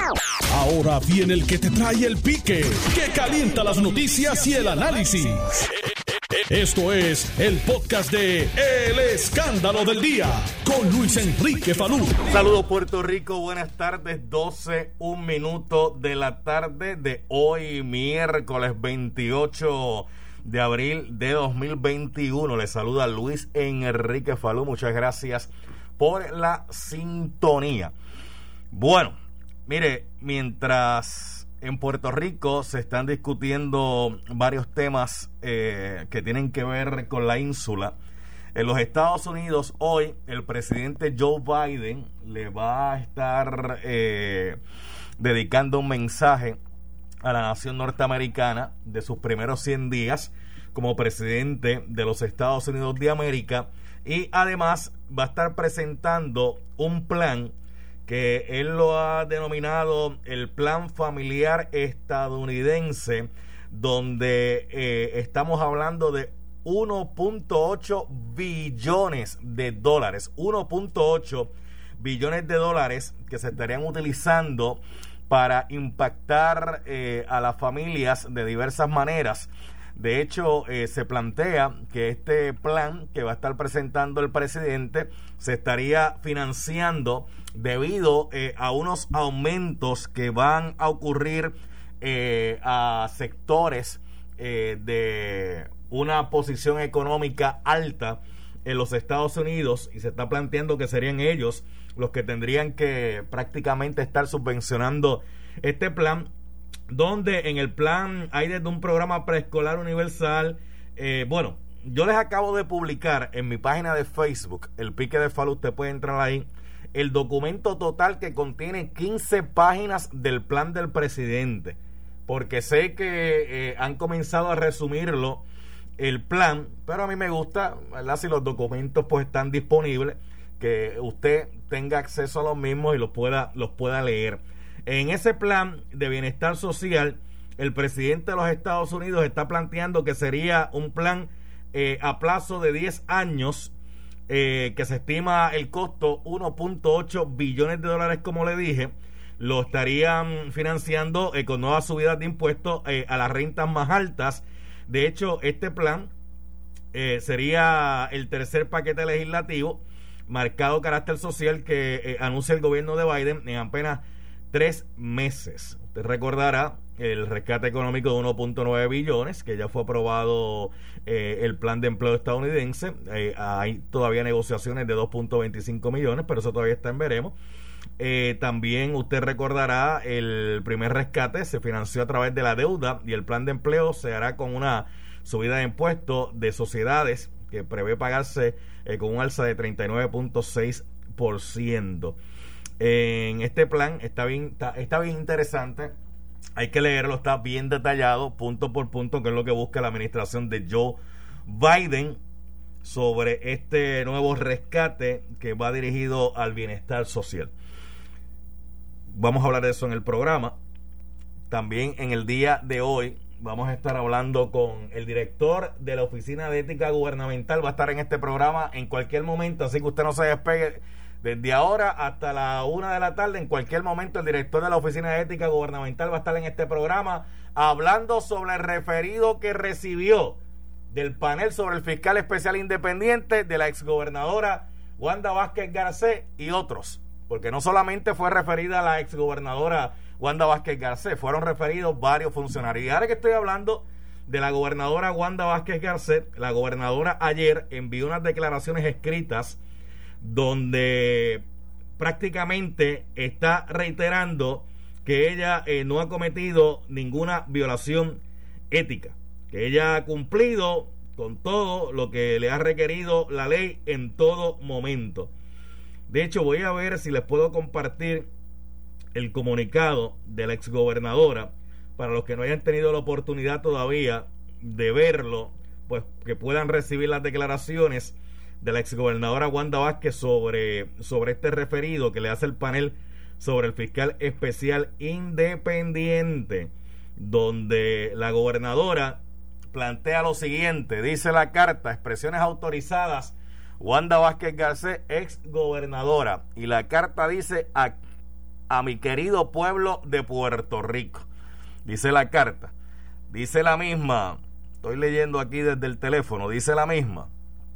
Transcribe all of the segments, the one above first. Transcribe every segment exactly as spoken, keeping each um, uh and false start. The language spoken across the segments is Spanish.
Ahora viene el que te trae el pique, que calienta las noticias y el análisis. Esto es el podcast de El Escándalo del Día, con Luis Enrique Falú. Saludos Puerto Rico, buenas tardes, doce, un minuto de la tarde de hoy, miércoles veintiocho de abril de dos mil veintiuno. Les saluda Luis Enrique Falú, muchas gracias por la sintonía. Bueno, mire, mientras en Puerto Rico se están discutiendo varios temas eh, que tienen que ver con la ínsula, en los Estados Unidos hoy el presidente Joe Biden le va a estar eh, dedicando un mensaje a la nación norteamericana de sus primeros cien días como presidente de los Estados Unidos de América, y además va a estar presentando un plan que él lo ha denominado el Plan Familiar Estadounidense, donde eh, estamos hablando de uno punto ocho billones de dólares, uno punto ocho billones de dólares que se estarían utilizando para impactar eh, a las familias de diversas maneras. De hecho, eh, se plantea que este plan que va a estar presentando el presidente se estaría financiando debido eh, a unos aumentos que van a ocurrir eh, a sectores eh, de una posición económica alta en los Estados Unidos, y se está planteando que serían ellos los que tendrían que prácticamente estar subvencionando este plan, donde en el plan hay desde un programa preescolar universal. Eh, bueno, yo les acabo de publicar en mi página de Facebook, El Pique de Falú, usted puede entrar ahí, el documento total que contiene quince páginas del plan del presidente, porque sé que eh, han comenzado a resumirlo el plan, pero a mí me gusta, ¿verdad?, si los documentos pues están disponibles, que usted tenga acceso a los mismos y los pueda, los pueda leer. En ese plan de bienestar social, el presidente de los Estados Unidos está planteando que sería un plan eh, a plazo de diez años, eh, que se estima el costo uno punto ocho billones de dólares, como le dije. Lo estarían financiando eh, con nuevas subidas de impuestos eh, a las rentas más altas. De hecho, este plan eh, sería el tercer paquete legislativo marcado carácter social que eh, anuncia el gobierno de Biden en apenas tres meses. Usted recordará el rescate económico de uno punto nueve billones, que ya fue aprobado eh, el plan de empleo estadounidense. Eh, hay todavía negociaciones de dos punto veinticinco millones, pero eso todavía está en veremos. Eh, también usted recordará el primer rescate se financió a través de la deuda, y el plan de empleo se hará con una subida de impuestos de sociedades que prevé pagarse eh, con un alza de treinta y nueve punto seis por ciento. En este plan está bien, está, está bien interesante, hay que leerlo, está bien detallado punto por punto, que es lo que busca la administración de Joe Biden sobre este nuevo rescate que va dirigido al bienestar social. Vamos a hablar de eso en el programa. También en el día de hoy vamos a estar hablando con el director de la Oficina de Ética Gubernamental. Va a estar en este programa en cualquier momento, así que usted no se despegue. Desde ahora hasta la una de la tarde, en cualquier momento, el director de la Oficina de Ética Gubernamental va a estar en este programa hablando sobre el referido que recibió del panel sobre el fiscal especial independiente de la exgobernadora Wanda Vázquez Garcés y otros. Porque no solamente fue referida a la exgobernadora Wanda Vázquez Garcés, fueron referidos varios funcionarios. Y ahora que estoy hablando de la gobernadora Wanda Vázquez Garcés, la gobernadora ayer envió unas declaraciones escritas donde prácticamente está reiterando que ella eh, no ha cometido ninguna violación ética, que ella ha cumplido con todo lo que le ha requerido la ley en todo momento. De hecho, voy a ver si les puedo compartir el comunicado de la exgobernadora para los que no hayan tenido la oportunidad todavía de verlo, pues que puedan recibir las declaraciones de la exgobernadora Wanda Vázquez sobre, sobre este referido que le hace el panel sobre el fiscal especial independiente, donde la gobernadora plantea lo siguiente. Dice la carta: expresiones autorizadas, Wanda Vázquez Garcés, ex gobernadora. Y la carta dice: a mi querido pueblo de Puerto Rico. Dice la carta, dice la misma, estoy leyendo aquí desde el teléfono, dice la misma.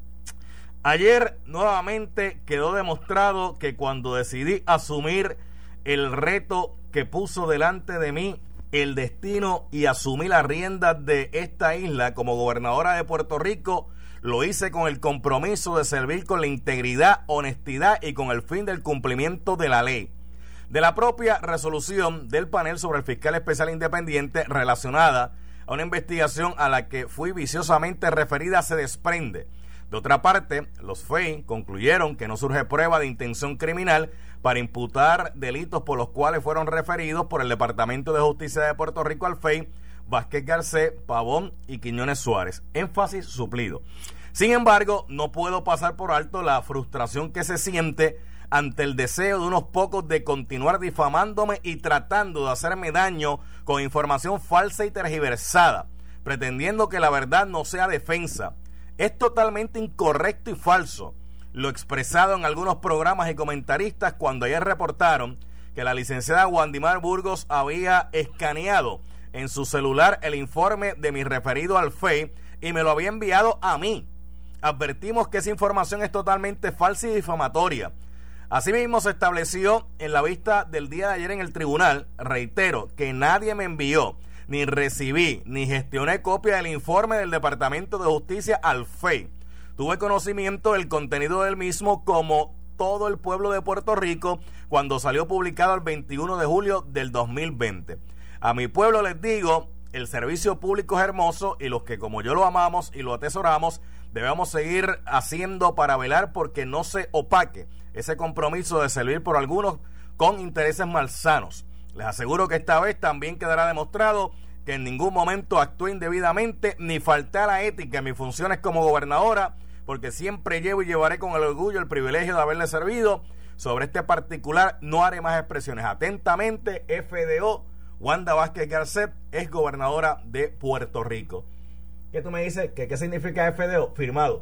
Ayer nuevamente quedó demostrado que cuando decidí asumir el reto que puso delante de mí el destino y asumí las riendas de esta isla como gobernadora de Puerto Rico, lo hice con el compromiso de servir con la integridad, honestidad y con el fin del cumplimiento de la ley. De la propia resolución del panel sobre el fiscal especial independiente relacionada a una investigación a la que fui viciosamente referida se desprende. De otra parte, los F E I concluyeron que no surge prueba de intención criminal para imputar delitos por los cuales fueron referidos por el Departamento de Justicia de Puerto Rico al F E I Vázquez Garcés, Pavón y Quiñones Suárez. Énfasis suplido. Sin embargo, no puedo pasar por alto la frustración que se siente ante el deseo de unos pocos de continuar difamándome y tratando de hacerme daño con información falsa y tergiversada, pretendiendo que la verdad no sea defensa. Es totalmente incorrecto y falso lo expresado en algunos programas y comentaristas cuando ayer reportaron que la licenciada Wandimar Burgos había escaneado en su celular el informe de mi referido al F E I y me lo había enviado a mí. Advertimos que esa información es totalmente falsa y difamatoria. Asimismo, se estableció en la vista del día de ayer en el tribunal, reitero, que nadie me envió, ni recibí, ni gestioné copia del informe del Departamento de Justicia al F E I. Tuve conocimiento del contenido del mismo como todo el pueblo de Puerto Rico cuando salió publicado el veintiuno de julio del dos mil veinte. A mi pueblo les digo, el servicio público es hermoso y los que como yo lo amamos y lo atesoramos, debemos seguir haciendo para velar porque no se opaque ese compromiso de servir por algunos con intereses malsanos. Les aseguro que esta vez también quedará demostrado que en ningún momento actué indebidamente ni falté a la ética en mis funciones como gobernadora, porque siempre llevo y llevaré con el orgullo el privilegio de haberle servido. Sobre este particular no haré más expresiones. Atentamente, F D O, Wanda Vázquez Garcés, es gobernadora de Puerto Rico. ¿Qué tú me dices? ¿Qué, qué significa F D O? Firmado.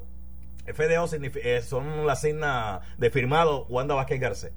F D O significa, eh, son las signas de firmado Wanda Vázquez Garcés.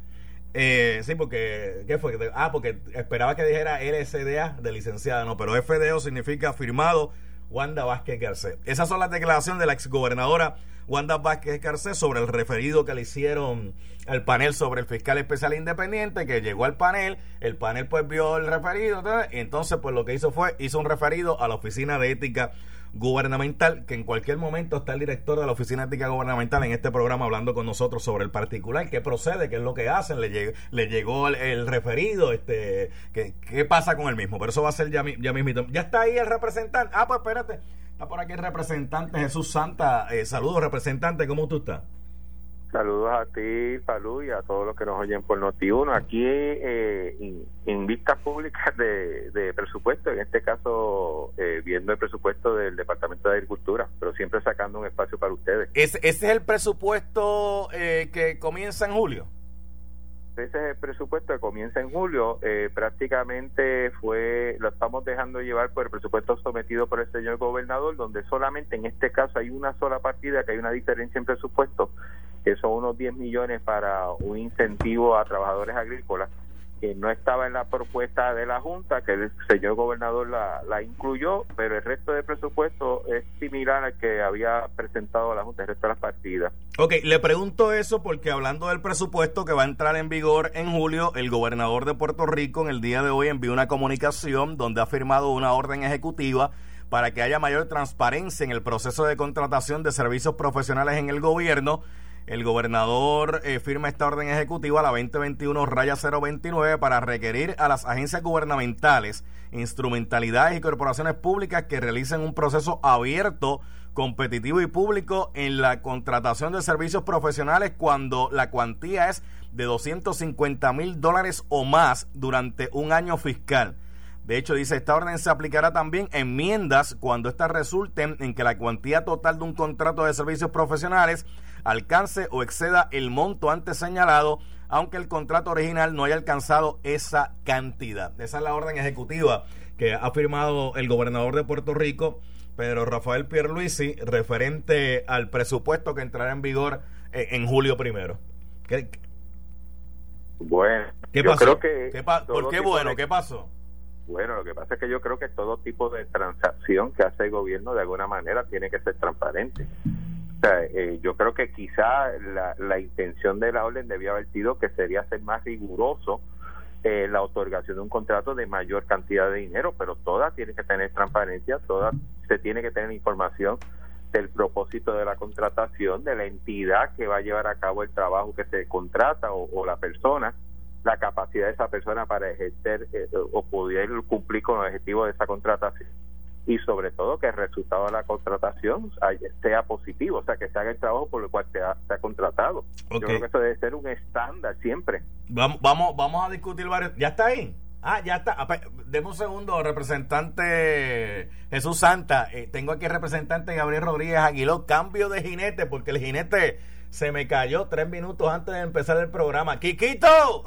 Eh, sí, porque, ¿qué fue? Ah, porque esperaba que dijera L S D A de licenciada, no, pero F D O significa firmado Wanda Vázquez Garcés. Esas son las declaraciones de la exgobernadora Wanda Vázquez Garcés sobre el referido que le hicieron al panel sobre el fiscal especial independiente, que llegó al panel, el panel pues vio el referido, y entonces pues lo que hizo fue, hizo un referido a la Oficina de Ética Gubernamental, que en cualquier momento está el director de la Oficina de Ética Gubernamental en este programa hablando con nosotros sobre el particular, qué procede, qué es lo que hacen, le llegó, le llegó el, el referido, este, qué, qué pasa con el mismo, pero eso va a ser ya, ya mismito. Ya está ahí el representante, ah pues espérate, está por aquí el representante Jesús Santa. Eh, saludos representante, ¿cómo tú estás? Saludos a ti, Falú, y a todos los que nos oyen por Noti uno. Aquí eh, en, en vistas públicas de, de presupuesto, en este caso eh, viendo el presupuesto del Departamento de Agricultura, pero siempre sacando un espacio para ustedes. ¿Ese, ese es el presupuesto eh, que comienza en julio? Ese es el presupuesto que comienza en julio. Eh, prácticamente fue, lo estamos dejando llevar por el presupuesto sometido por el señor gobernador, donde solamente en este caso hay una sola partida, que hay una diferencia en presupuesto, que son unos diez millones para un incentivo a trabajadores agrícolas, que no estaba en la propuesta de la Junta, que el señor gobernador la, la incluyó, pero el resto del presupuesto es similar al que había presentado la Junta, el resto de las partidas. Ok, le pregunto eso porque hablando del presupuesto que va a entrar en vigor en julio, el gobernador de Puerto Rico en el día de hoy envió una comunicación donde ha firmado una orden ejecutiva para que haya mayor transparencia en el proceso de contratación de servicios profesionales en el gobierno. El gobernador eh, firma esta orden ejecutiva, la veinte veintiuno raya cero veintinueve, para requerir a las agencias gubernamentales, instrumentalidades y corporaciones públicas que realicen un proceso abierto, competitivo y público en la contratación de servicios profesionales cuando la cuantía es de doscientos cincuenta mil dólares o más durante un año fiscal. De hecho, dice, esta orden se aplicará también a enmiendas cuando éstas resulten en que la cuantía total de un contrato de servicios profesionales alcance o exceda el monto antes señalado, aunque el contrato original no haya alcanzado esa cantidad. Esa es la orden ejecutiva que ha firmado el gobernador de Puerto Rico, Pedro Rafael Pierluisi, referente al presupuesto que entrará en vigor eh, en julio primero. ¿Qué? Bueno, ¿qué yo pasó? creo que ¿Qué pa- ¿Por qué bueno? De... ¿Qué pasó? Bueno, lo que pasa es que yo creo que todo tipo de transacción que hace el gobierno de alguna manera tiene que ser transparente. O sea, eh, yo creo que quizá la, la intención de la orden debía haber sido que sería ser más riguroso eh, la otorgación de un contrato de mayor cantidad de dinero, pero todas tienen que tener transparencia, todas se tiene que tener información del propósito de la contratación, de la entidad que va a llevar a cabo el trabajo que se contrata o, o la persona, la capacidad de esa persona para ejercer eh, o poder cumplir con los objetivos de esa contratación, y sobre todo que el resultado de la contratación sea positivo, o sea, que se haga el trabajo por el cual se ha, se ha contratado. Okay. Yo creo que eso debe ser un estándar siempre. Vamos, vamos, vamos a discutir varios. ¿Ya está ahí? Ah, ya está. Deme un segundo, representante Jesús Santa. Eh, tengo aquí el representante Gabriel Rodríguez Aguiló. Cambio de jinete, porque el jinete se me cayó tres minutos antes de empezar el programa. ¡Quiquito!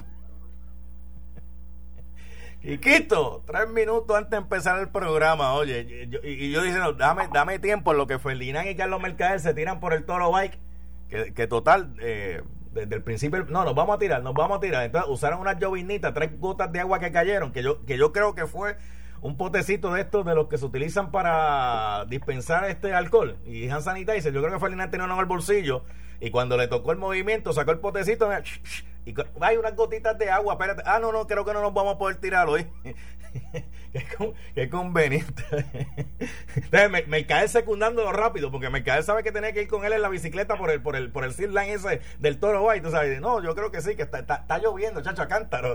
Quiquito, tres minutos antes de empezar el programa, oye, yo, y, y yo diciendo, dame, dame tiempo en lo que Ferdinand y Carlos Mercader se tiran por el Toro Bike, que, que total, eh, desde el principio, no, nos vamos a tirar, nos vamos a tirar. Entonces usaron unas llovinitas, tres gotas de agua que cayeron, que yo, que yo creo que fue un potecito de estos de los que se utilizan para dispensar este alcohol y hand sanitizer. Yo creo que Ferdinand tenía uno en el bolsillo y cuando le tocó el movimiento sacó el potecito y hay unas gotitas de agua. Espérate, ah no, no, creo que no nos vamos a poder tirar hoy. qué, con, qué conveniente. Entonces me, me cae secundándolo rápido, porque me cae sabe que tenía que ir con él en la bicicleta por el por el por el zip line ese del Toro Bay, tú sabes. No, yo creo que sí, que está, está, está lloviendo, chacho, a cántaro.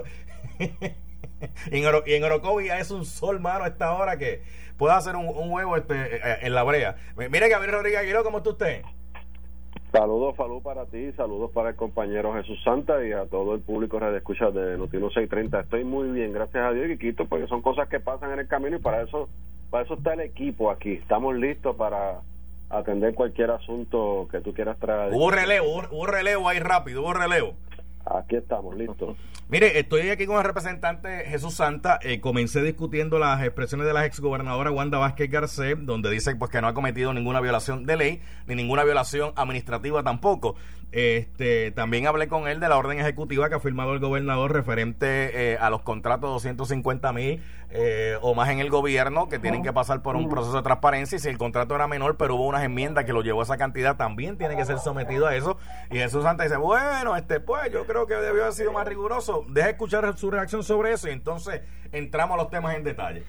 Y en, Oro, y en Orocovi es un sol, mano, a esta hora que pueda hacer un, un huevo este en la brea. Mire, Gabriel Rodríguez Aguiló, ¿cómo está usted? Saludos, Falú, para ti, saludos para el compañero Jesús Santa y a todo el público que escucha de Noti uno seiscientos treinta. Estoy muy bien, gracias a Dios, Quiquito, porque son cosas que pasan en el camino y para eso para eso está el equipo aquí. Estamos listos para atender cualquier asunto que tú quieras traer. Hubo relevo, hubo, hubo relevo ahí rápido, hubo relevo. Aquí estamos, listos. Mire, estoy aquí con el representante Jesús Santa. Eh, comencé discutiendo las expresiones de la exgobernadora Wanda Vázquez Garcet, donde dice pues que no ha cometido ninguna violación de ley, ni ninguna violación administrativa tampoco. Este, también hablé con él de la orden ejecutiva que ha firmado el gobernador referente eh, a los contratos de doscientos cincuenta mil eh, o más en el gobierno, que tienen que pasar por un proceso de transparencia, y si el contrato era menor pero hubo unas enmiendas que lo llevó a esa cantidad, también tiene que ser sometido a eso. Y Jesús Santa dice, bueno, este pues yo creo que debió haber sido más riguroso. Deja escuchar su reacción sobre eso y entonces entramos a los temas en detalle.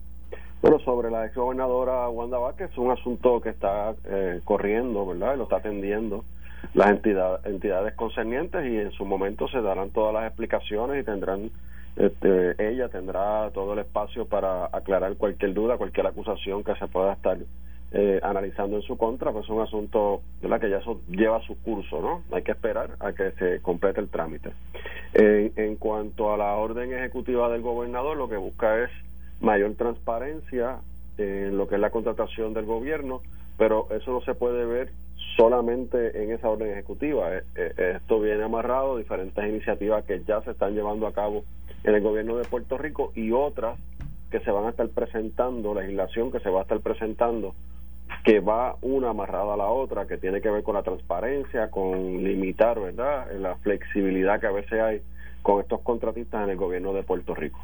Bueno, sobre la exgobernadora Wanda Vázquez, es un asunto que está eh, corriendo, ¿verdad? Y lo está atendiendo las entidades, entidades concernientes, y en su momento se darán todas las explicaciones y tendrán este, ella tendrá todo el espacio para aclarar cualquier duda, cualquier acusación que se pueda estar eh, analizando en su contra. Pues es un asunto, ¿verdad?, que ya eso lleva su curso, ¿no? Hay que esperar a que se complete el trámite. Eh, en cuanto a la orden ejecutiva del gobernador, lo que busca es mayor transparencia en lo que es la contratación del gobierno, pero eso no se puede ver solamente en esa orden ejecutiva. Eh, eh, esto viene amarrado a diferentes iniciativas que ya se están llevando a cabo en el gobierno de Puerto Rico y otras que se van a estar presentando, legislación que se va a estar presentando, que va una amarrada a la otra, que tiene que ver con la transparencia, con limitar, ¿verdad?, la flexibilidad que a veces hay con estos contratistas en el gobierno de Puerto Rico.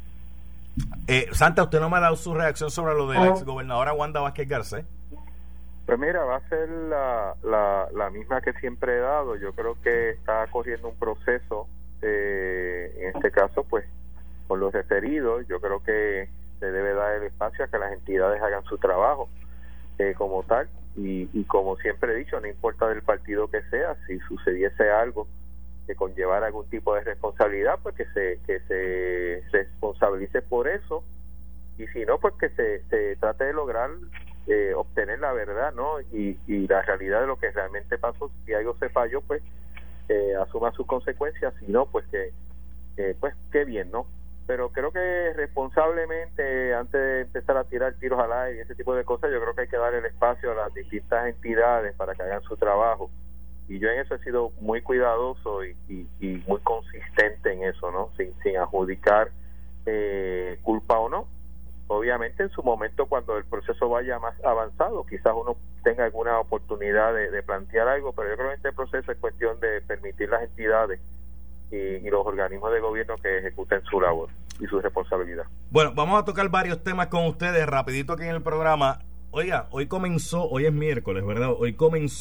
Eh, Santa, usted no me ha dado su reacción sobre lo de la exgobernadora Wanda Vázquez Garcet. Pues mira, va a ser la, la, la misma que siempre he dado. Yo creo que está corriendo un proceso, eh, en este caso, pues, con los referidos. Yo creo que se debe dar el espacio a que las entidades hagan su trabajo eh, como tal. Y, y como siempre he dicho, no importa del partido que sea, si sucediese algo que conllevara algún tipo de responsabilidad, pues que se que se responsabilice por eso, y si no, pues que se, se trate de lograr eh, obtener la verdad, ¿no? Y, y la realidad de lo que realmente pasó. Si algo se falló, pues eh, asuma sus consecuencias. Si no, pues que eh, pues qué bien, ¿no? Pero creo que responsablemente, antes de empezar a tirar tiros al aire y ese tipo de cosas, yo creo que hay que dar el espacio a las distintas entidades para que hagan su trabajo. Y yo en eso he sido muy cuidadoso y, y, y muy consistente en eso, ¿no? Sin, sin adjudicar eh, culpa o no. Obviamente en su momento, cuando el proceso vaya más avanzado, quizás uno tenga alguna oportunidad de, de plantear algo, pero yo creo que este proceso es cuestión de permitir las entidades y, y los organismos de gobierno que ejecuten su labor y su responsabilidad. Bueno, vamos a tocar varios temas con ustedes rapidito aquí en el programa. Oiga, hoy comenzó, hoy es miércoles, ¿verdad? Hoy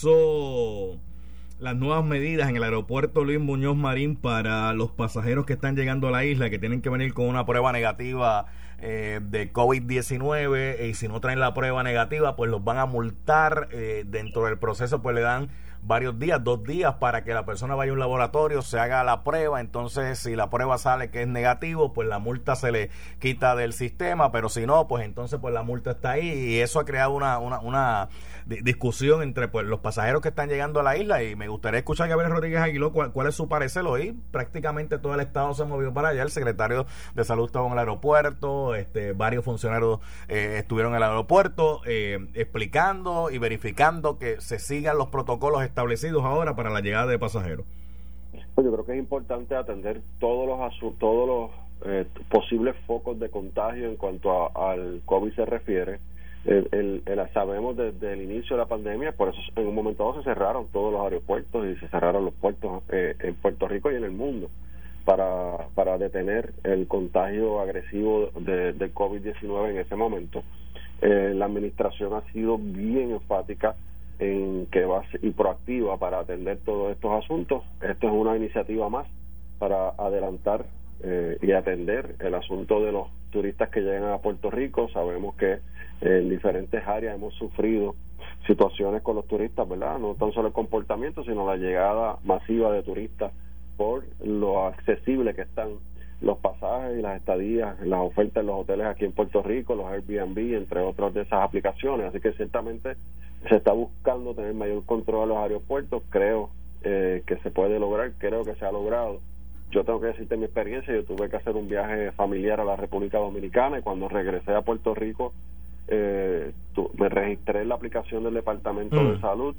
comenzó las nuevas medidas en el aeropuerto Luis Muñoz Marín para los pasajeros que están llegando a la isla, que tienen que venir con una prueba negativa eh, de COVID diecinueve, y si no traen la prueba negativa, pues los van a multar. Eh, dentro del proceso, pues le dan varios días, dos días para que la persona vaya a un laboratorio, se haga la prueba. Entonces, si la prueba sale que es negativo, pues la multa se le quita del sistema, pero si no, pues entonces pues la multa está ahí, y eso ha creado una una, una discusión entre pues los pasajeros que están llegando a la isla. Y me gustaría escuchar a Gabriel Rodríguez Aguiló cuál, cuál es su parecer. Hoy prácticamente todo el estado se movió para allá, el secretario de salud estaba en el aeropuerto, este varios funcionarios eh, estuvieron en el aeropuerto eh, explicando y verificando que se sigan los protocolos establecidos ahora para la llegada de pasajeros. Pues yo creo que es importante atender todos los asu- todos los eh, posibles focos de contagio en cuanto a, al COVID se refiere. El, el, el, sabemos desde el inicio de la pandemia, por eso en un momento dado se cerraron todos los aeropuertos y se cerraron los puertos eh, en Puerto Rico y en el mundo para, para detener el contagio agresivo de, de COVID diecinueve en ese momento. Eh, la administración ha sido bien enfática en que va a ser, y proactiva para atender todos estos asuntos. Esto es una iniciativa más para adelantar eh, y atender el asunto de los turistas que llegan a Puerto Rico. Sabemos que en diferentes áreas hemos sufrido situaciones con los turistas, ¿verdad? No tan solo el comportamiento, sino la llegada masiva de turistas por lo accesible que están los pasajes y las estadías, las ofertas en los hoteles aquí en Puerto Rico, los Airbnb, entre otras de esas aplicaciones. Así que ciertamente se está buscando tener mayor control a los aeropuertos. Creo eh, que se puede lograr, creo que se ha logrado. Yo tengo que decirte mi experiencia. Yo tuve que hacer un viaje familiar a la República Dominicana, y cuando regresé a Puerto Rico eh, tu, me registré en la aplicación del Departamento mm. de Salud.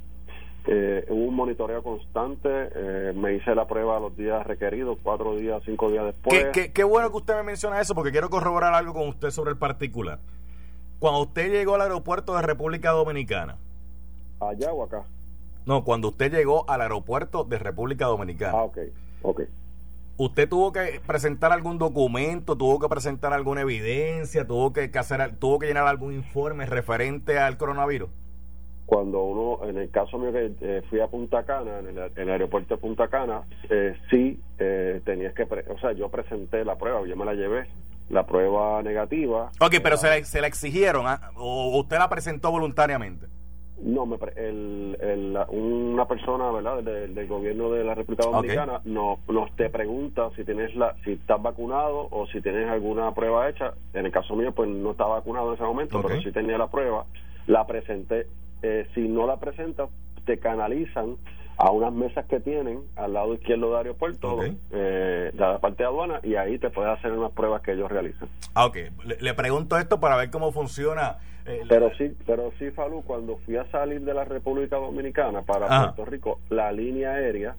Eh, hubo un monitoreo constante, eh, me hice la prueba a los días requeridos, cuatro días, cinco días después. Qué, qué, qué bueno que usted me menciona eso, porque quiero corroborar algo con usted sobre el particular. Cuando usted llegó al aeropuerto de República Dominicana, ¿allá o acá? No, cuando usted llegó al aeropuerto de República Dominicana. Ah, ok, ok. ¿Usted tuvo que presentar algún documento, tuvo que presentar alguna evidencia, tuvo que, que hacer, tuvo que llenar algún informe referente al coronavirus? Cuando uno, en el caso mío que eh, fui a Punta Cana, en el, en el aeropuerto de Punta Cana, eh, sí eh, tenías que, pre- o sea, yo presenté la prueba, yo me la llevé, la prueba negativa. Ok, pero se la, se la exigieron, ¿eh? ¿O usted la presentó voluntariamente? No, me pre- el, el, una persona, ¿verdad?, del, del gobierno de la República Dominicana okay. nos, nos te pregunta si tienes la, si estás vacunado o si tienes alguna prueba hecha. En el caso mío, pues no estaba vacunado en ese momento, okay. pero sí tenía la prueba, la presenté. Eh, si no la presentas, te canalizan a unas mesas que tienen al lado izquierdo del aeropuerto, okay. eh, de la parte de aduana, y ahí te puedes hacer unas pruebas que ellos realizan. Ah, ok. Le, le pregunto esto para ver cómo funciona. Eh, pero la... sí, pero sí, Falú, cuando fui a salir de la República Dominicana para Ajá. Puerto Rico, la línea aérea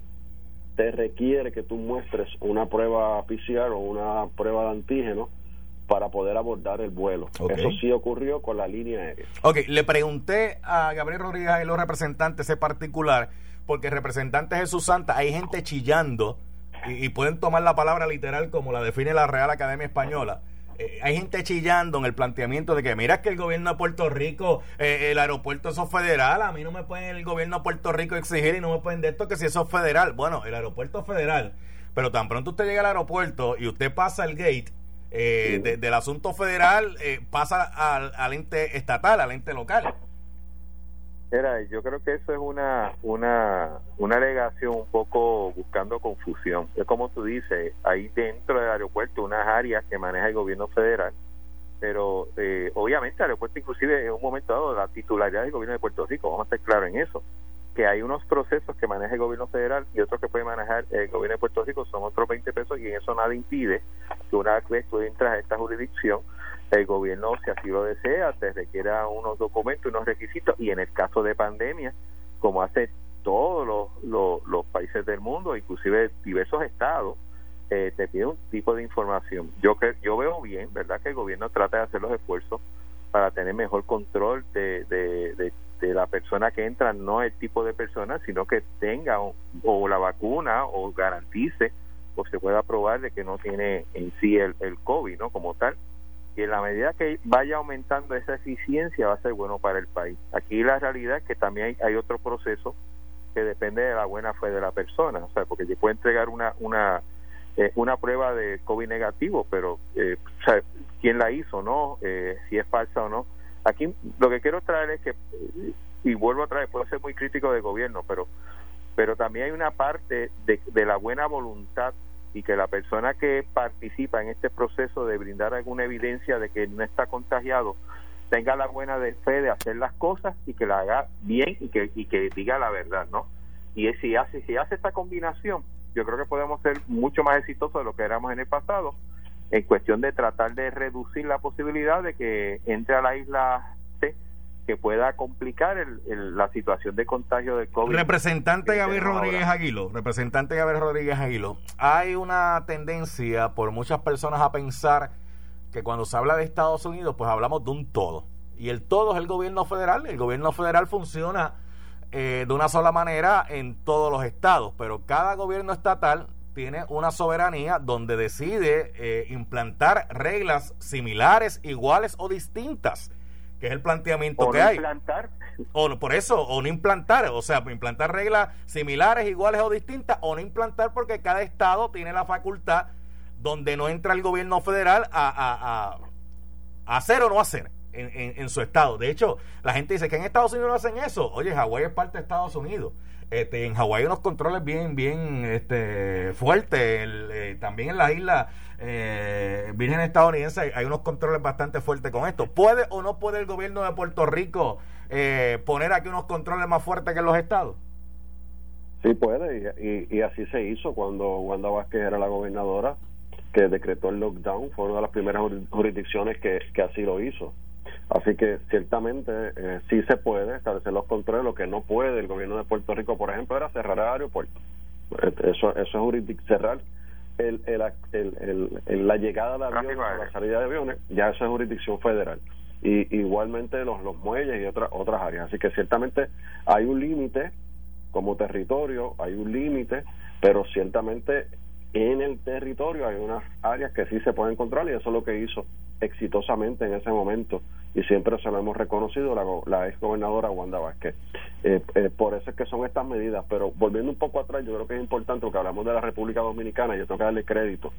te requiere que tú muestres una prueba P C R o una prueba de antígeno para poder abordar el vuelo. Okay. Eso sí ocurrió con la línea aérea. Ok, le pregunté a Gabriel Rodríguez y los representantes ese particular, porque el representante Jesús Santa, hay gente chillando, y, y pueden tomar la palabra literal como la define la Real Academia Española. Eh, hay gente chillando en el planteamiento de que mira que el gobierno de Puerto Rico, eh, el aeropuerto eso es federal, a mí no me pueden el gobierno de Puerto Rico exigir y no me pueden de esto que si eso es federal. Bueno, el aeropuerto es federal, pero tan pronto usted llega al aeropuerto y usted pasa el gate, Eh, de, del asunto federal eh, pasa al, al ente estatal, al ente local. Mira, yo creo que eso es una una una alegación un poco buscando confusión. Es como tú dices, ahí dentro del aeropuerto unas áreas que maneja el gobierno federal, pero eh, obviamente el aeropuerto inclusive en un momento dado la titularidad del gobierno de Puerto Rico, vamos a estar claros en eso, que hay unos procesos que maneja el gobierno federal y otros que puede manejar el gobierno de Puerto Rico, son otros veinte pesos, y en eso nada impide que una vez tú entras a esta jurisdicción, el gobierno, si así lo desea, te requiera unos documentos, unos requisitos, y en el caso de pandemia, como hace todos los, los, los países del mundo, inclusive diversos estados, eh, te pide un tipo de información. Yo que yo veo bien, ¿verdad?, que el gobierno trata de hacer los esfuerzos para tener mejor control de, de, de de la persona que entra, no el tipo de persona, sino que tenga o, o la vacuna o garantice o se pueda probar de que no tiene en sí el, el COVID, ¿no? Como tal. Y en la medida que vaya aumentando esa eficiencia va a ser bueno para el país. Aquí la realidad es que también hay, hay otro proceso que depende de la buena fe de la persona, o sea, porque yo puedo entregar una una eh, una prueba de COVID negativo, pero eh, o sea, quién la hizo, ¿no? Eh, si es falsa o no. Aquí lo que quiero traer es que, y vuelvo a traer, puedo ser muy crítico del gobierno, pero pero también hay una parte de, de la buena voluntad y que la persona que participa en este proceso de brindar alguna evidencia de que no está contagiado tenga la buena de fe de hacer las cosas y que la haga bien y que y que diga la verdad, ¿no? Y si hace si hace esta combinación, yo creo que podemos ser mucho más exitosos de lo que éramos en el pasado en cuestión de tratar de reducir la posibilidad de que entre a la isla C, que pueda complicar el, el, la situación de contagio del COVID. Representante Gabriel Rodríguez Aguiló, representante Gabriel Rodríguez Aguiló, hay una tendencia por muchas personas a pensar que cuando se habla de Estados Unidos, pues hablamos de un todo. Y el todo es el gobierno federal. El gobierno federal funciona eh, de una sola manera en todos los estados, pero cada gobierno estatal tiene una soberanía donde decide eh, implantar reglas similares, iguales o distintas, que es el planteamiento o que no hay. Implantar. O por eso, o no implantar, o sea, implantar reglas similares, iguales o distintas, o no implantar porque cada estado tiene la facultad donde no entra el gobierno federal a, a, a, a hacer o no hacer en, en, en su estado. De hecho, la gente dice que en Estados Unidos no hacen eso. Oye, Hawái es parte de Estados Unidos. Este, en Hawái hay unos controles bien bien este, fuertes. El, eh, también en las islas eh, vírgenes estadounidenses hay, hay unos controles bastante fuertes con esto. ¿Puede o no puede el gobierno de Puerto Rico eh, poner aquí unos controles más fuertes que en los estados? Sí puede, y, y, y así se hizo cuando Wanda Vázquez era la gobernadora, que decretó el lockdown. Fue una de las primeras jurisdicciones que, que así lo hizo. Así que ciertamente eh, sí se puede establecer los controles. Lo que no puede el gobierno de Puerto Rico, por ejemplo, era cerrar el aeropuerto. Eso, eso es jurisdicción, cerrar el, el, el, el, el, la llegada de aviones o la salida de aviones, ya eso es jurisdicción federal. Y igualmente los, los muelles y otras otras áreas. Así que ciertamente hay un límite como territorio, hay un límite, pero ciertamente en el territorio hay unas áreas que sí se pueden controlar, y eso es lo que hizo exitosamente en ese momento, y siempre se lo hemos reconocido la, la ex gobernadora Wanda Vázquez. Eh, eh, por eso es que son estas medidas. Pero volviendo un poco atrás, yo creo que es importante, porque hablamos de la República Dominicana, yo tengo que darle crédito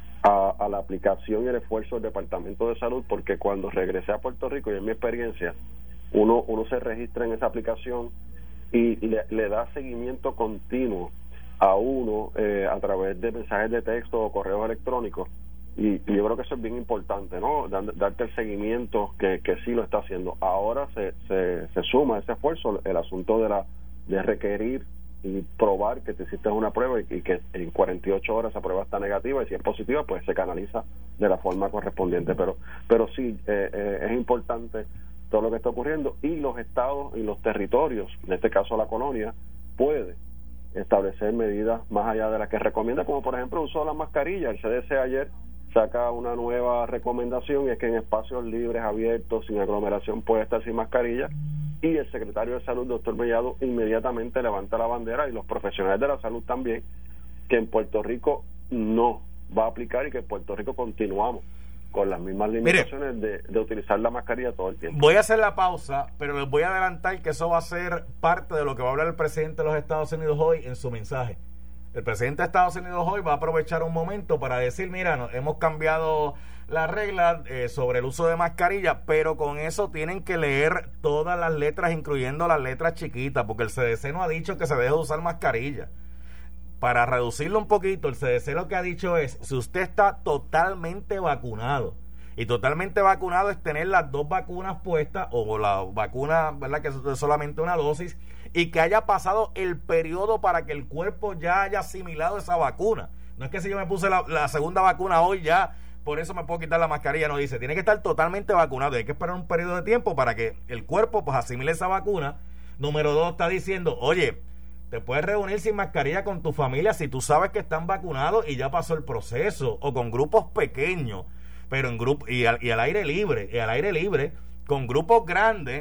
a, a la aplicación y el esfuerzo del Departamento de Salud, porque cuando regresé a Puerto Rico, y en mi experiencia, uno, uno se registra en esa aplicación y, y le, le da seguimiento continuo a uno eh, a través de mensajes de texto o correos electrónicos, y, y yo creo que eso es bien importante, ¿no? Dar, darte el seguimiento que, que sí lo está haciendo. Ahora se, se, se suma a ese esfuerzo el asunto de la de requerir y probar que te hiciste una prueba y, y que en cuarenta y ocho horas esa prueba está negativa, y si es positiva pues se canaliza de la forma correspondiente. Pero pero sí eh, eh, es importante todo lo que está ocurriendo, y los estados y los territorios, en este caso la colonia, puede establecer medidas más allá de las que recomienda, como por ejemplo el uso de la mascarilla. El C D C ayer saca una nueva recomendación, y es que en espacios libres, abiertos, sin aglomeración, puede estar sin mascarilla, y el secretario de Salud, doctor Mellado, inmediatamente levanta la bandera, y los profesionales de la salud también, que en Puerto Rico no va a aplicar, y que en Puerto Rico continuamos con las mismas limitaciones. Mire, de, de utilizar la mascarilla todo el tiempo. Voy a hacer la pausa, pero les voy a adelantar que eso va a ser parte de lo que va a hablar el presidente de los Estados Unidos hoy en su mensaje. El presidente de Estados Unidos hoy va a aprovechar un momento para decir, mira, no, hemos cambiado las reglas eh, sobre el uso de mascarilla, pero con eso tienen que leer todas las letras, incluyendo las letras chiquitas, porque el C D C no ha dicho que se deje de usar mascarilla. Para reducirlo un poquito, el C D C lo que ha dicho es, si usted está totalmente vacunado, y totalmente vacunado es tener las dos vacunas puestas, o la vacuna, ¿verdad?, que es solamente una dosis, y que haya pasado el periodo para que el cuerpo ya haya asimilado esa vacuna. No es que si yo me puse la, la segunda vacuna hoy ya, por eso me puedo quitar la mascarilla. No, dice, tiene que estar totalmente vacunado, hay que esperar un periodo de tiempo para que el cuerpo pues asimile esa vacuna. Número dos, está diciendo, oye, te puedes reunir sin mascarilla con tu familia si tú sabes que están vacunados y ya pasó el proceso, o con grupos pequeños, pero en grupo y al, y al aire libre, y al aire libre, con grupos grandes,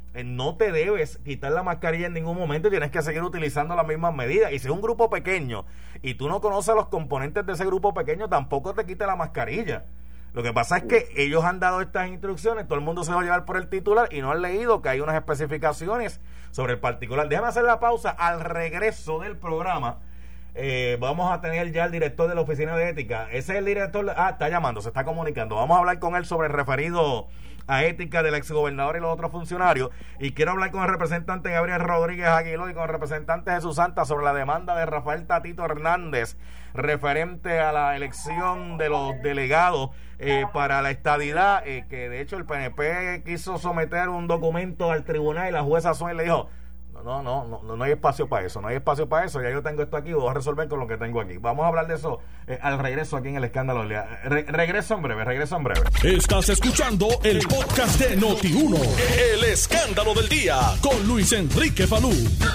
eh, no te debes quitar la mascarilla en ningún momento y tienes que seguir utilizando las mismas medidas. Y si es un grupo pequeño y tú no conoces los componentes de ese grupo pequeño, tampoco te quites la mascarilla. Lo que pasa es que ellos han dado estas instrucciones, todo el mundo se va a llevar por el titular y no han leído que hay unas especificaciones sobre el particular. Déjame hacer la pausa. Al regreso del programa eh, vamos a tener ya el director de la Oficina de Ética. Ese es el director, de, ah, está llamando, se está comunicando. Vamos a hablar con él sobre el referido a ética del exgobernador y los otros funcionarios. Y quiero hablar con el representante Gabriel Rodríguez Aguiló y con el representante Jesús Santa sobre la demanda de Rafael Tatito Hernández referente a la elección de los delegados eh, para la estadidad, eh, que de hecho el P N P quiso someter un documento al tribunal y la jueza Suárez le dijo no, no, no, no, no hay espacio para eso, no hay espacio para eso, ya yo tengo esto aquí, voy a resolver con lo que tengo aquí. Vamos a hablar de eso eh, al regreso aquí en el Escándalo del Día. Re- regreso en breve, regreso en breve. Estás escuchando el podcast de Noti uno, El Escándalo del Día, con Luis Enrique Falú.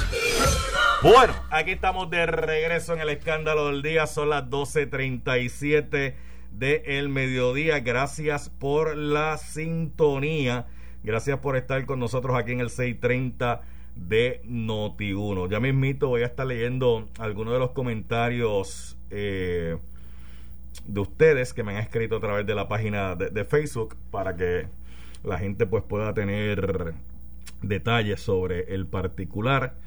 Bueno, aquí estamos de regreso en el Escándalo del Día, son las doce treinta y siete del mediodía. Gracias por la sintonía, gracias por estar con nosotros aquí en el seiscientos treinta de Noti uno. Ya mismito voy a estar leyendo algunos de los comentarios eh, de ustedes que me han escrito a través de la página de, de Facebook para que la gente pues pueda tener detalles sobre el particular.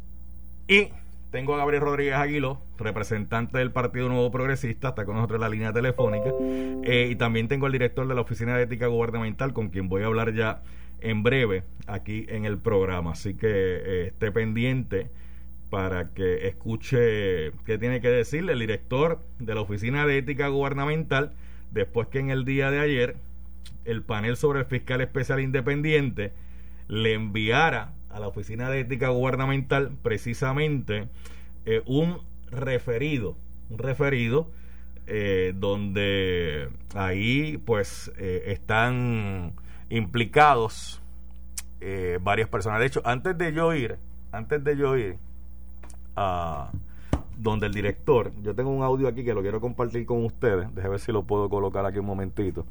Y tengo a Gabriel Rodríguez Aguiló, representante del Partido Nuevo Progresista, está con nosotros en la línea telefónica, eh, y también tengo al director de la Oficina de Ética Gubernamental, con quien voy a hablar ya en breve aquí en el programa, así que eh, esté pendiente para que escuche qué tiene que decirle el director de la Oficina de Ética Gubernamental, después que en el día de ayer el panel sobre el fiscal especial independiente le enviara a la Oficina de Ética Gubernamental precisamente eh, un referido, un referido eh, donde ahí pues eh, están implicados eh, varias personas. De hecho, antes de yo ir, antes de yo ir a donde el director, yo tengo un audio aquí que lo quiero compartir con ustedes, déjame ver si lo puedo colocar aquí un momentito,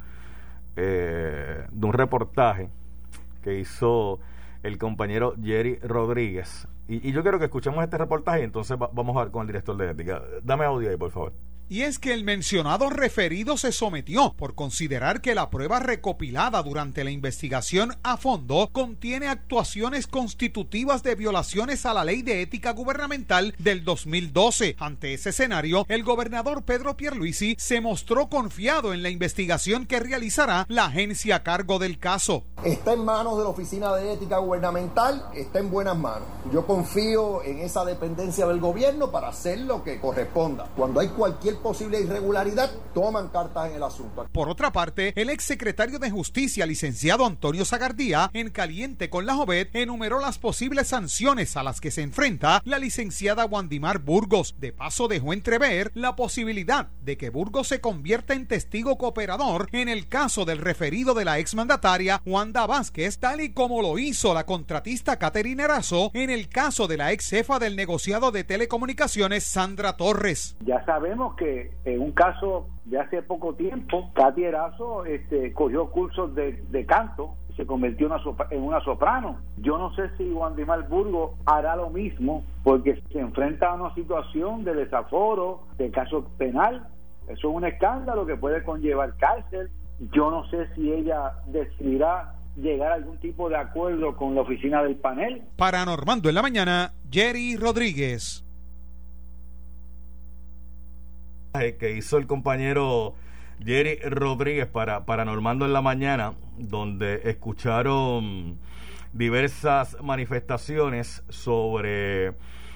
eh, de un reportaje que hizo el compañero Jerry Rodríguez. Y, y yo quiero que escuchemos este reportaje y entonces va, vamos a ver con el director de ética. Dame audio ahí, por favor. Y es que el mencionado referido se sometió por considerar que la prueba recopilada durante la investigación a fondo contiene actuaciones constitutivas de violaciones a la Ley de Ética Gubernamental del dos mil doce. Ante ese escenario, el gobernador Pedro Pierluisi se mostró confiado en la investigación que realizará la agencia a cargo del caso. Está en manos de la Oficina de Ética Gubernamental, está en buenas manos. Yo confío en esa dependencia del gobierno para hacer lo que corresponda. Cuando hay cualquier posible irregularidad, toman cartas en el asunto. Por otra parte, el exsecretario de Justicia, licenciado Antonio Zagardía, en Caliente con la Jovet, enumeró las posibles sanciones a las que se enfrenta la licenciada Wandimar Burgos. De paso, dejó entrever la posibilidad de que Burgos se convierta en testigo cooperador en el caso del referido de la exmandataria Wanda Vázquez, tal y como lo hizo la contratista Catherine Erazo en el caso de la ex jefa del negociado de telecomunicaciones Sandra Torres. Ya sabemos que en un caso de hace poco tiempo, Katy Erazo este, cogió cursos de, de canto y se convirtió en una, sopra, en una soprano. Yo no sé si Wandimar Burgos hará lo mismo, porque se enfrenta a una situación de desaforo, de caso penal. Eso es un escándalo que puede conllevar cárcel. Yo no sé si ella decidirá llegar a algún tipo de acuerdo con la oficina del panel. Para Normando en la Mañana, Jerry Rodríguez. Que hizo el compañero Jerry Rodríguez para, para Normando en la Mañana, donde escucharon diversas manifestaciones sobre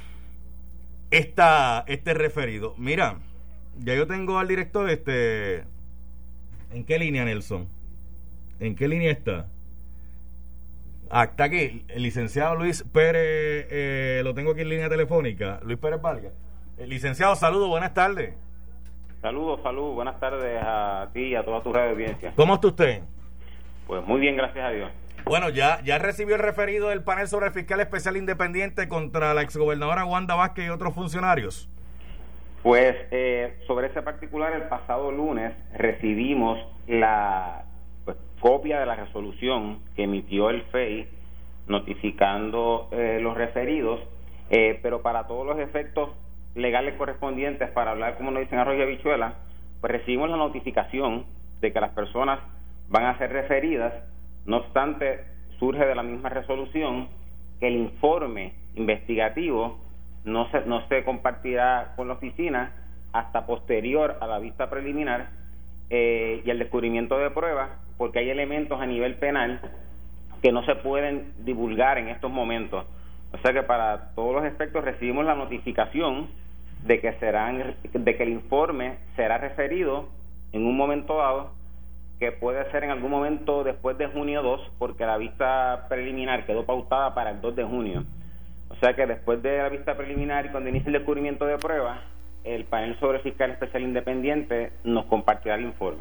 esta este referido. Mira, ya yo tengo al director, este ¿en qué línea, Nelson? ¿En qué línea está? Ah, está aquí, el licenciado Luis Pérez, eh, lo tengo aquí en línea telefónica, Luis Pérez Vargas. El licenciado, saludos, buenas tardes. Saludos, saludos, buenas tardes a ti y a toda tu radio audiencia. ¿Cómo está usted? Pues muy bien, gracias a Dios. Bueno, ya ya recibió el referido del panel sobre el fiscal especial independiente contra la exgobernadora Wanda Vázquez y otros funcionarios. Pues eh, sobre ese particular, el pasado lunes recibimos la pues, copia de la resolución que emitió el F E I notificando eh, los referidos, eh, pero para todos los efectos legales correspondientes, para hablar como nos dicen arroz y habichuela, pues recibimos la notificación de que las personas van a ser referidas. No obstante, surge de la misma resolución que el informe investigativo no se, no se compartirá con la oficina hasta posterior a la vista preliminar eh, y el descubrimiento de pruebas, porque hay elementos a nivel penal que no se pueden divulgar en estos momentos. O sea que para todos los efectos recibimos la notificación de que serán, de que el informe será referido en un momento dado, que puede ser en algún momento después de junio dos, porque la vista preliminar quedó pautada para el dos de junio. O sea que después de la vista preliminar y cuando inicie el descubrimiento de pruebas, el panel sobre fiscal especial independiente nos compartirá el informe.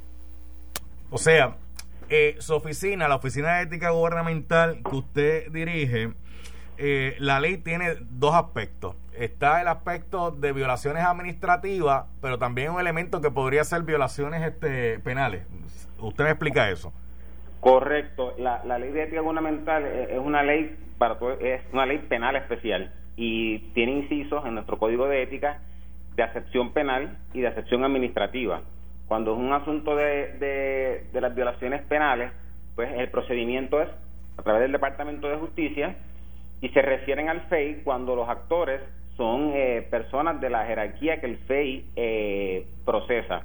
O sea, eh, su oficina, la Oficina de Ética Gubernamental que usted dirige, eh, la ley tiene dos aspectos. Está el aspecto de violaciones administrativas, pero también un elemento que podría ser violaciones este, penales. ¿Usted me explica eso? Correcto. La, la ley de ética gubernamental es una ley para todo, es una ley penal especial y tiene incisos en nuestro código de ética de acepción penal y de acepción administrativa. Cuando es un asunto de, de, de las violaciones penales, pues el procedimiento es a través del Departamento de Justicia y se refieren al F E I cuando los actores son eh, personas de la jerarquía que el F E I eh, procesa.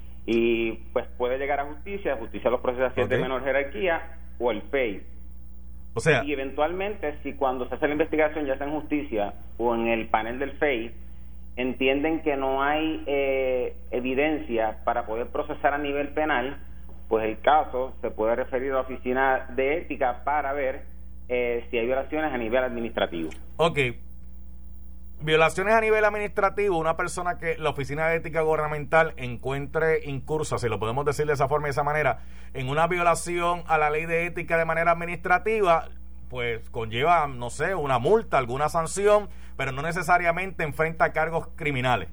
Y pues puede llegar a justicia, justicia los procesa si okay. es de menor jerarquía o el F E I. O sea, y eventualmente, si cuando se hace la investigación, ya sea en justicia o en el panel del F E I, entienden que no hay eh, evidencia para poder procesar a nivel penal, pues el caso se puede referir a la Oficina de Ética para ver eh, si hay violaciones a nivel administrativo. Ok. Violaciones a nivel administrativo, una persona que la Oficina de Ética Gubernamental encuentre incursa, si lo podemos decir de esa forma y de esa manera, en una violación a la ley de ética de manera administrativa, pues conlleva, no sé, una multa, alguna sanción, pero no necesariamente enfrenta cargos criminales.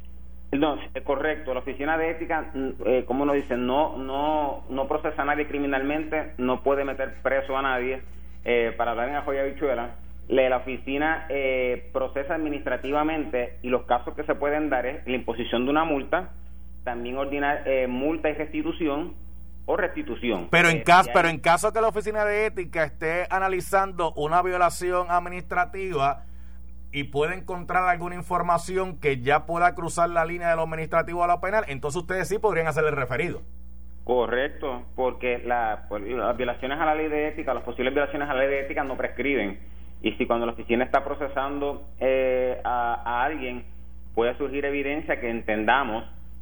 No, es correcto. La Oficina de Ética, eh, como nos dicen, no no no procesa a nadie criminalmente, no puede meter preso a nadie. Eh, para hablar en ajo y habichuela, la oficina eh, procesa administrativamente y los casos que se pueden dar es la imposición de una multa, también ordinar eh, multa y restitución o restitución. Pero en eh, caso, hay... pero en caso que la Oficina de Ética esté analizando una violación administrativa y pueda encontrar alguna información que ya pueda cruzar la línea de lo administrativo a lo penal, entonces ustedes sí podrían hacerle referido. Correcto, porque la, pues, las violaciones a la ley de ética, las posibles violaciones a la ley de ética no prescriben. Y si cuando la oficina está procesando eh, a, a alguien puede surgir evidencia que entendamos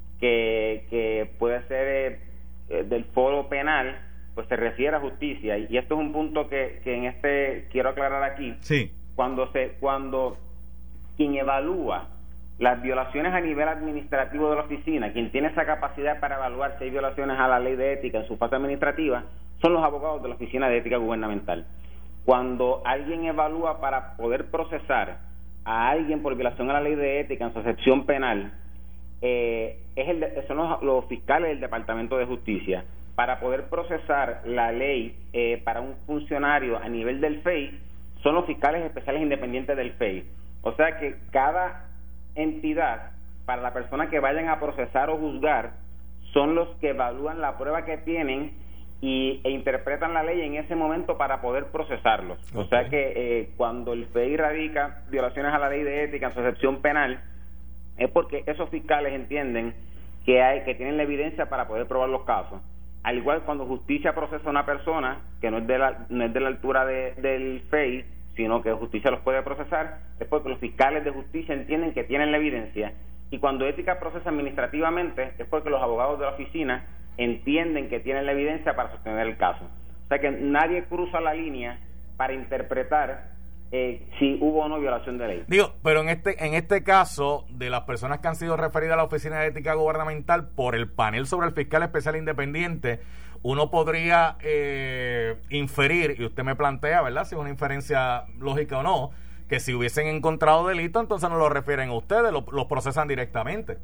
que, que puede ser eh, del foro penal, pues se refiere a justicia. Y, y esto es un punto que, que en este quiero aclarar aquí. Sí. Cuando se cuando quien evalúa las violaciones a nivel administrativo de la oficina, quien tiene esa capacidad para evaluar si hay violaciones a la ley de ética en su fase administrativa, son los abogados de la Oficina de Ética Gubernamental. Cuando alguien evalúa para poder procesar a alguien por violación a la ley de ética en su acepción penal, eh, es el de, son los, los fiscales del Departamento de Justicia. Para poder procesar la ley eh, para un funcionario a nivel del F E I, son los fiscales especiales independientes del F E I. O sea que cada entidad, para la persona que vayan a procesar o juzgar, son los que evalúan la prueba que tienen y, e interpretan la ley en ese momento para poder procesarlos. Okay. O sea que eh, cuando el F E I radica violaciones a la ley de ética en su excepción penal, es porque esos fiscales entienden que hay que tienen la evidencia para poder probar los casos. Al igual cuando justicia procesa a una persona que no es de la, no es de la altura de, del F E I, sino que justicia los puede procesar, es porque los fiscales de justicia entienden que tienen la evidencia. Y cuando ética procesa administrativamente, es porque los abogados de la oficina entienden que tienen la evidencia para sostener el caso. O sea que nadie cruza la línea para interpretar eh, si hubo o no violación de ley. Digo, pero en este en este caso, de las personas que han sido referidas a la Oficina de Ética Gubernamental por el panel sobre el fiscal especial independiente, uno podría eh, inferir, y usted me plantea, ¿verdad?, si es una inferencia lógica o no, que si hubiesen encontrado delito, entonces no lo refieren a ustedes, lo, los procesan directamente.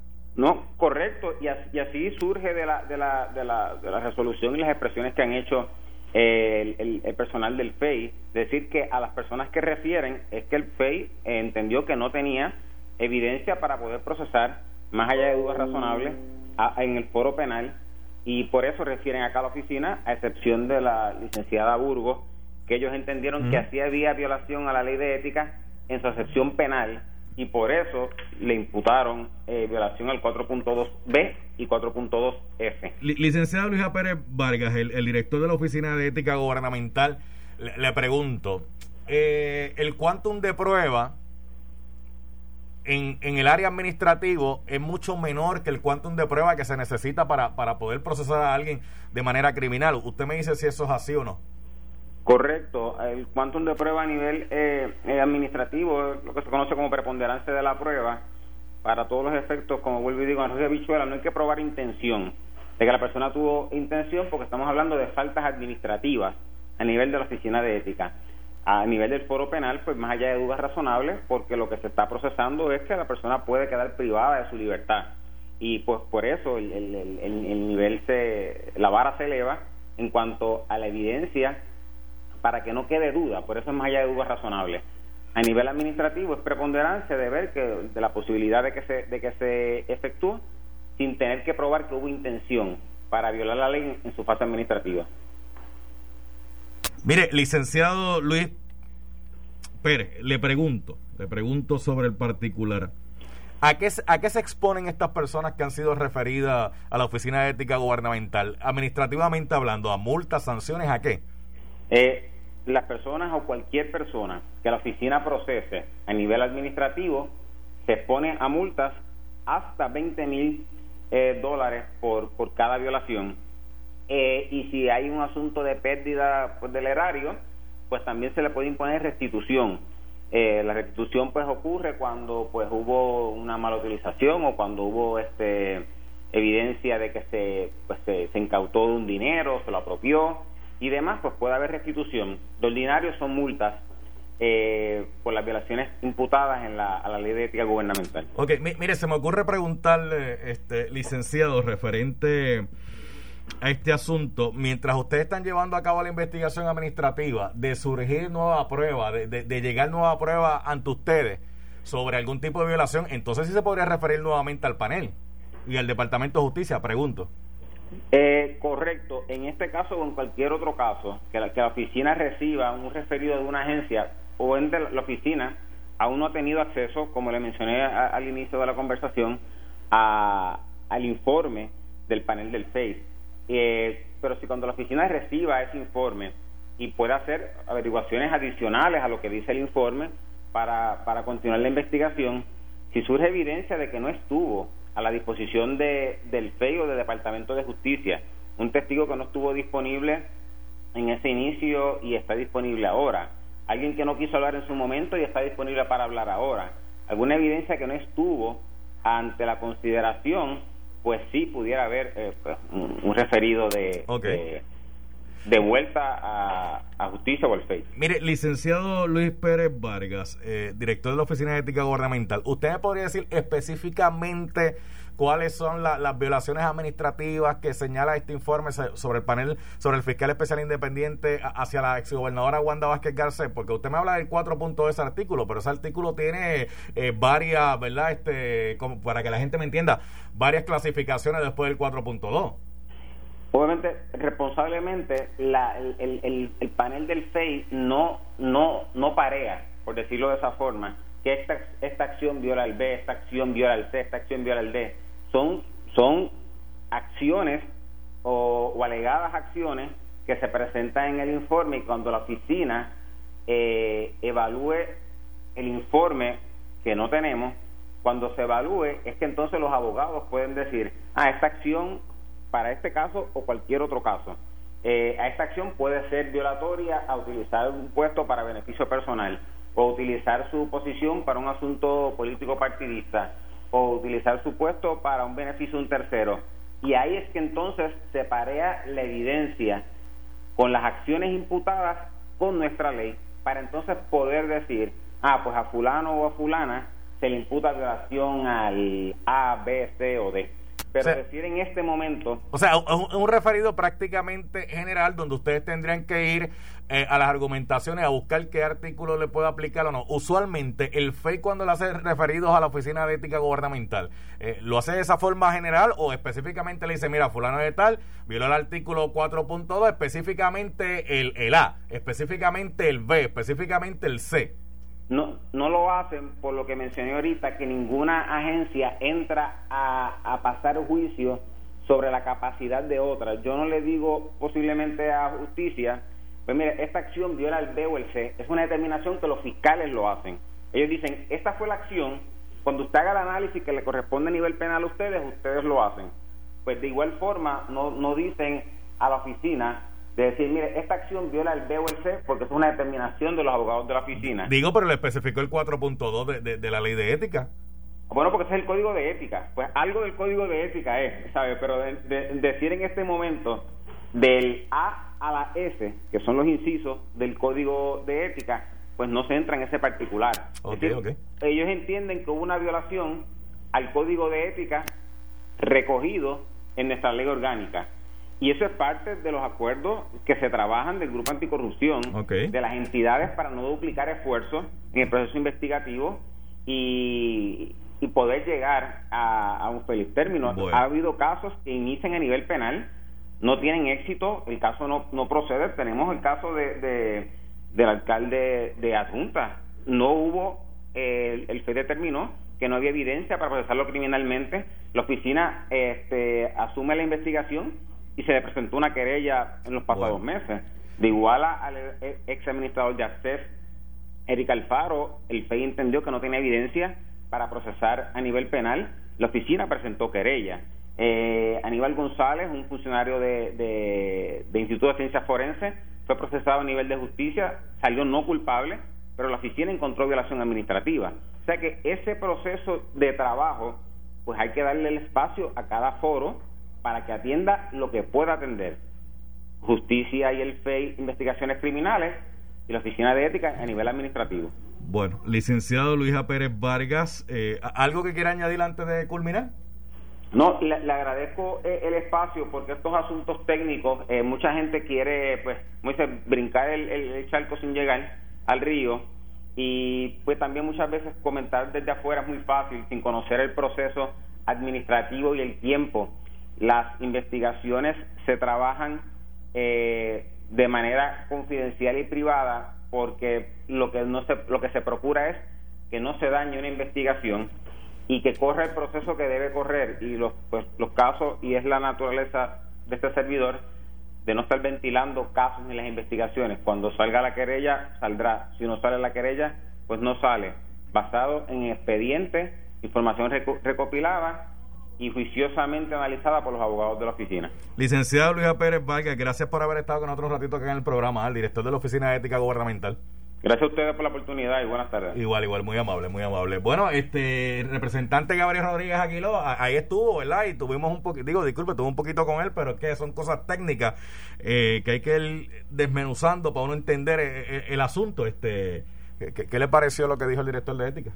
No, correcto, y así, y así surge de la, de, la, de, la, de la resolución y las expresiones que han hecho el, el, el personal del F E I, decir que a las personas que refieren es que el F E I entendió que no tenía evidencia para poder procesar más allá de dudas razonables a, en el foro penal, y por eso refieren acá a la oficina, a excepción de la licenciada Burgos, que ellos entendieron mm. que así había violación a la ley de ética en su acepción penal, y por eso le imputaron eh, violación al cuatro punto dos B y cuatro punto dos F. Licenciada Luisa Pérez Vargas, el, el director de la Oficina de Ética Gubernamental, le, le pregunto, eh, el quantum de prueba en, en el área administrativo es mucho menor que el quantum de prueba que se necesita para, para poder procesar a alguien de manera criminal. Usted me dice si eso es así o no. Correcto, el quantum de prueba a nivel eh, eh, administrativo, lo que se conoce como preponderancia de la prueba, para todos los efectos, como vuelvo y digo, en el juicio de habichuela no hay que probar intención, de que la persona tuvo intención, porque estamos hablando de faltas administrativas a nivel de la Oficina de Ética. A nivel del foro penal, pues más allá de dudas razonables, porque lo que se está procesando es que la persona puede quedar privada de su libertad, y pues por eso el, el, el, el nivel se, la vara se eleva en cuanto a la evidencia, para que no quede duda, por eso es más allá de dudas razonables. A nivel administrativo es preponderancia de ver que de la posibilidad de que se de que se efectúe sin tener que probar que hubo intención para violar la ley en, en su fase administrativa. Mire, licenciado Luis Pérez, le pregunto, le pregunto sobre el particular. ¿A qué, ¿A qué se exponen estas personas que han sido referidas a la Oficina de Ética Gubernamental? Administrativamente hablando, ¿a multas, sanciones, a qué? Eh, las personas o cualquier persona que la oficina procese a nivel administrativo se expone a multas hasta veinte mil eh, dólares por, por cada violación, eh, y si hay un asunto de pérdida pues, del erario, pues también se le puede imponer restitución. Eh, la restitución pues ocurre cuando pues hubo una mala utilización o cuando hubo este evidencia de que se pues se, se incautó de un dinero, se lo apropió y demás, pues puede haber restitución. De ordinario son multas eh, por las violaciones imputadas en la, a la ley de ética gubernamental. Ok, mi, mire, se me ocurre preguntarle, este licenciado, referente a este asunto, mientras ustedes están llevando a cabo la investigación administrativa, de surgir nueva prueba, de, de, de llegar nueva prueba ante ustedes sobre algún tipo de violación, entonces sí se podría referir nuevamente al panel y al Departamento de Justicia, pregunto. Eh, correcto, en este caso o en cualquier otro caso que la, que la oficina reciba un referido de una agencia o en de la oficina aún no ha tenido acceso, como le mencioné a, al inicio de la conversación, a, al informe del panel del F E I, eh, pero si cuando la oficina reciba ese informe y pueda hacer averiguaciones adicionales a lo que dice el informe para, para continuar la investigación, si surge evidencia de que no estuvo a la disposición de, del F E I o del Departamento de Justicia, un testigo que no estuvo disponible en ese inicio y está disponible ahora, alguien que no quiso hablar en su momento y está disponible para hablar ahora, alguna evidencia que no estuvo ante la consideración, pues sí pudiera haber eh, pues, un, un referido de, okay. de de vuelta a, a justicia o al F E I. Mire, licenciado Luis Pérez Vargas, eh, director de la Oficina de Ética Gubernamental, ¿usted me podría decir específicamente cuáles son la, las violaciones administrativas que señala este informe sobre el panel, sobre el fiscal especial independiente hacia la exgobernadora Wanda Vázquez Garcés? Porque usted me habla del cuatro punto dos ese artículo, pero ese artículo tiene eh, varias, ¿verdad? Este, como para que la gente me entienda, varias clasificaciones después del cuatro punto dos. Obviamente, responsablemente, la, el, el, el panel del F E I no, no, no parea, por decirlo de esa forma, que esta, esta acción viola al B, esta acción viola al C, esta acción viola al D. Son, son acciones o, o alegadas acciones que se presentan en el informe, y cuando la oficina eh, evalúe el informe que no tenemos, cuando se evalúe es que entonces los abogados pueden decir, ah, esta acción para este caso o cualquier otro caso, eh, a esta acción puede ser violatoria a utilizar un puesto para beneficio personal, o utilizar su posición para un asunto político partidista, o utilizar su puesto para un beneficio de un tercero. Y ahí es que entonces se parea la evidencia con las acciones imputadas con nuestra ley, para entonces poder decir, ah, pues a fulano o a fulana se le imputa violación al A, B, C o D. Pero o sea, decir en este momento... O sea, es un, un referido prácticamente general donde ustedes tendrían que ir eh, a las argumentaciones a buscar qué artículo le puede aplicar o no. Usualmente el F E I, cuando le hace referidos a la Oficina de Ética Gubernamental, eh, ¿lo hace de esa forma general o específicamente le dice, mira, fulano de tal, violó el artículo cuatro punto dos, específicamente el, el A, específicamente el B, específicamente el C? No, no lo hacen por lo que mencioné ahorita, que ninguna agencia entra a, a pasar juicio sobre la capacidad de otra. Yo no le digo posiblemente a justicia, pues mire, esta acción viola el B o el C. Es una determinación que los fiscales lo hacen. Ellos dicen, esta fue la acción, cuando usted haga el análisis que le corresponde a nivel penal a ustedes, ustedes lo hacen. Pues de igual forma, no, no dicen a la oficina de decir, mire, esta acción viola el B o el C, porque es una determinación de los abogados de la oficina. Digo, pero le especificó el cuatro punto dos de, de, de la ley de ética. Bueno, porque ese es el código de ética. Pues algo del código de ética es, ¿sabe? Pero de, de, decir en este momento del A a la S, que son los incisos del código de ética, pues no se entra en ese particular. Okay, es decir, okay. Ellos entienden que hubo una violación al código de ética recogido en nuestra ley orgánica. Y eso es parte de los acuerdos que se trabajan del Grupo Anticorrupción, okay, de las entidades para no duplicar esfuerzos en el proceso investigativo y, y poder llegar a, a un feliz término. Bueno. Ha habido casos que inician a nivel penal, no tienen éxito, el caso no, no procede. Tenemos el caso de, de del alcalde de Adjunta. No hubo, eh, el F E I determinó que no había evidencia para procesarlo criminalmente. La oficina este, asume la investigación y se le presentó una querella en los pasados bueno. meses. De igual al ex administrador de Access, Eric Alfaro, el F E I entendió que no tenía evidencia para procesar a nivel penal. La oficina presentó querella. Eh, Aníbal González, un funcionario de, de, de Instituto de Ciencias Forenses, fue procesado a nivel de justicia, salió no culpable, pero la oficina encontró violación administrativa. O sea que ese proceso de trabajo, pues hay que darle el espacio a cada foro para que atienda lo que pueda atender. Justicia y el F E I, investigaciones criminales, y la Oficina de Ética a nivel administrativo. Bueno, licenciado Luisa Pérez Vargas, eh, ¿algo que quiera añadir antes de culminar? No, le, le agradezco el espacio, porque estos asuntos técnicos, eh, mucha gente quiere, pues, como dice, brincar el, el, el charco sin llegar al río, y pues también muchas veces comentar desde afuera es muy fácil, sin conocer el proceso administrativo y el tiempo. Las investigaciones se trabajan eh, de manera confidencial y privada, porque lo que no se, lo que se procura es que no se dañe una investigación y que corra el proceso que debe correr, y los pues los casos, y es la naturaleza de este servidor, de no estar ventilando casos ni las investigaciones. Cuando salga la querella, saldrá. Si no sale la querella, pues no sale. Basado en expedientes, información reco- recopilada y juiciosamente analizada por los abogados de la oficina. Licenciado Luisa Pérez Vargas, gracias por haber estado con nosotros un ratito acá en el programa, al director de la Oficina de Ética Gubernamental. Gracias a ustedes por la oportunidad y buenas tardes. Igual, igual, muy amable, muy amable. Bueno, este representante Gabriel Rodríguez Aguiló, ahí estuvo, ¿verdad? Y tuvimos un poquito, digo, disculpe, tuve un poquito con él, pero es que son cosas técnicas eh, que hay que ir desmenuzando para uno entender el, el asunto. Este, ¿qué, ¿Qué le pareció lo que dijo el director de Ética?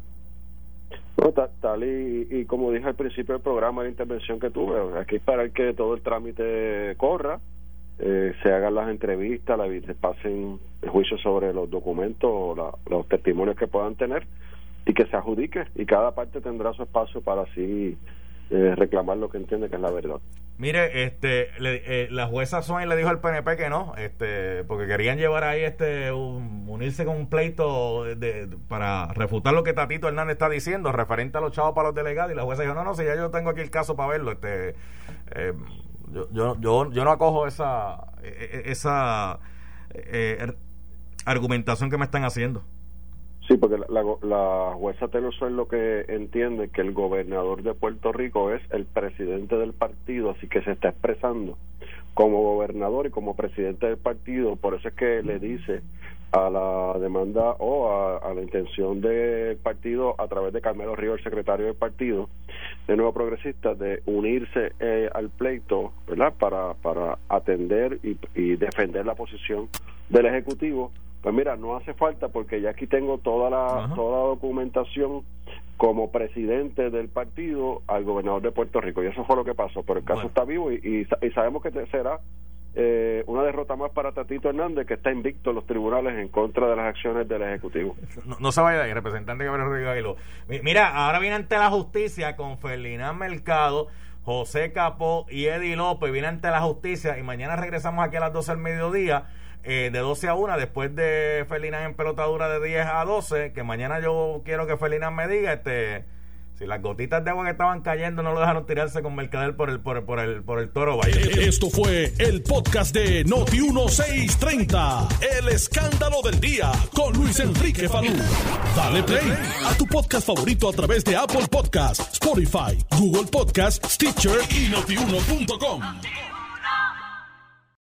No, tal, tal y, y como dije al principio del programa, la intervención que tuve, aquí para que todo el trámite corra, eh, se hagan las entrevistas, la, se pasen juicios sobre los documentos, la, los testimonios que puedan tener, y que se adjudique, y cada parte tendrá su espacio para así eh, reclamar lo que entiende que es la verdad. Mire, este, le, eh, la jueza Swain le dijo al P N P que no, este, porque querían llevar ahí, este, un, unirse con un pleito de, de, para refutar lo que Tatito Hernández está diciendo referente a los chavos para los delegados, y la jueza dijo, no, no, si ya yo tengo aquí el caso para verlo, este, eh, yo, yo, yo, yo no acojo esa, esa eh, argumentación que me están haciendo. Sí, porque la, la, la jueza Taylor Swain lo que entiende que el gobernador de Puerto Rico es el presidente del partido, así que se está expresando como gobernador y como presidente del partido. Por eso es que le dice a la demanda o a, a la intención del partido, a través de Carmelo Ríos, el secretario del partido de Nuevo Progresista, de unirse eh, al pleito, ¿verdad?, para, para atender y, y defender la posición del Ejecutivo, Pues mira, no hace falta porque ya aquí tengo toda la, toda la documentación como presidente del partido al gobernador de Puerto Rico, y eso fue lo que pasó, pero el caso bueno. está vivo y, y, y sabemos que te, será eh, una derrota más para Tatito Hernández, que está invicto en los tribunales en contra de las acciones del Ejecutivo. No, no se vaya de ahí, representante Gabriel Rodríguez Aguiló. Mira, ahora viene ante la justicia con Ferdinand Mercado, José Capó y Eddie López, viene ante la justicia, y mañana regresamos aquí a las doce del mediodía, eh, de doce a una, después de Ferdinand en pelotadura de diez a doce, que mañana yo quiero que Ferdinand me diga este si las gotitas de agua que estaban cayendo no lo dejaron tirarse con Mercader por el por el, por el, por el Toro Valle. Esto fue el podcast de Noti dieciséis treinta, El Escándalo del Día, con Luis Enrique Falú. Dale play a tu podcast favorito a través de Apple Podcasts, Spotify, Google Podcasts, Stitcher y Noti uno punto com.